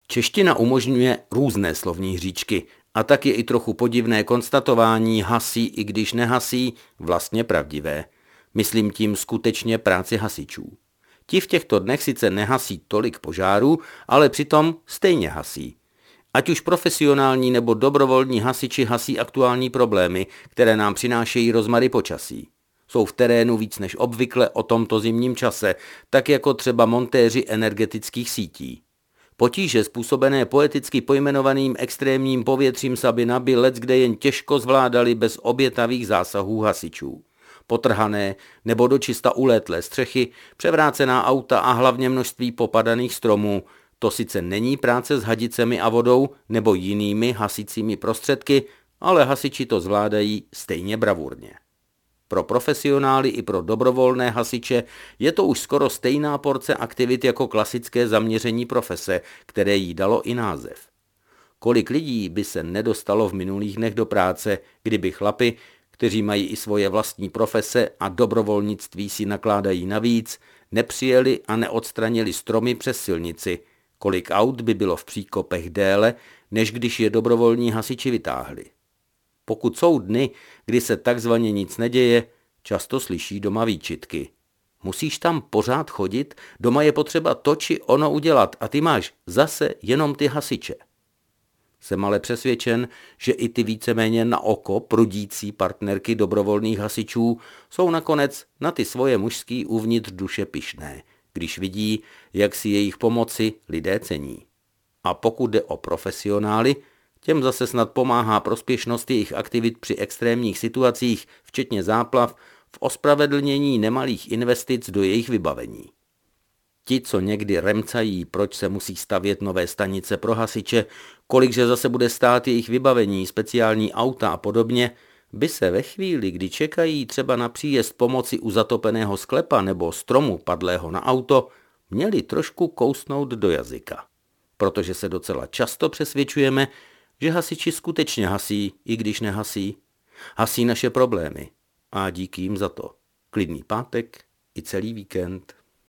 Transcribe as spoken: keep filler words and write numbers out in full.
Čeština umožňuje různé slovní hříčky a tak je i trochu podivné konstatování hasí, i když nehasí, vlastně pravdivé. Myslím tím skutečně práci hasičů. Ti v těchto dnech sice nehasí tolik požárů, ale přitom stejně hasí. Ať už profesionální nebo dobrovolní hasiči hasí aktuální problémy, které nám přinášejí rozmary počasí. Jsou v terénu víc než obvykle o tomto zimním čase, tak jako třeba montéři energetických sítí. Potíže způsobené poeticky pojmenovaným extrémním povětřím Sabina by leckde jen těžko zvládali bez obětavých zásahů hasičů. Potrhané nebo dočista ulétlé střechy, převrácená auta a hlavně množství popadaných stromů, to sice není práce s hadicemi a vodou nebo jinými hasicími prostředky, ale hasiči to zvládají stejně bravurně. Pro profesionály i pro dobrovolné hasiče je to už skoro stejná porce aktivit jako klasické zaměření profese, které jí dalo i název. Kolik lidí by se nedostalo v minulých dnech do práce, kdyby chlapi, kteří mají i svoje vlastní profese a dobrovolnictví si nakládají navíc, nepřijeli a neodstranili stromy přes silnici, kolik aut by bylo v příkopech déle, než když je dobrovolní hasiči vytáhli. Pokud jsou dny, kdy se takzvaně nic neděje, často slyší doma výčitky. Musíš tam pořád chodit, doma je potřeba to či ono udělat a ty máš zase jenom ty hasiče. Jsem ale přesvědčen, že i ty víceméně na oko prudící partnerky dobrovolných hasičů jsou nakonec na ty svoje mužský uvnitř duše pyšné, když vidí, jak si jejich pomoci lidé cení. A pokud jde o profesionály, těm zase snad pomáhá prospěšnost jejich aktivit při extrémních situacích, včetně záplav, v ospravedlnění nemalých investic do jejich vybavení. Ti, co někdy remcají, proč se musí stavět nové stanice pro hasiče, kolikže zase bude stát jejich vybavení, speciální auta a podobně, by se ve chvíli, kdy čekají třeba na příjezd pomoci u zatopeného sklepa nebo stromu padlého na auto, měli trošku kousnout do jazyka. Protože se docela často přesvědčujeme, že hasiči skutečně hasí, i když nehasí. Hasí naše problémy. A díky jim za to. Klidný pátek i celý víkend.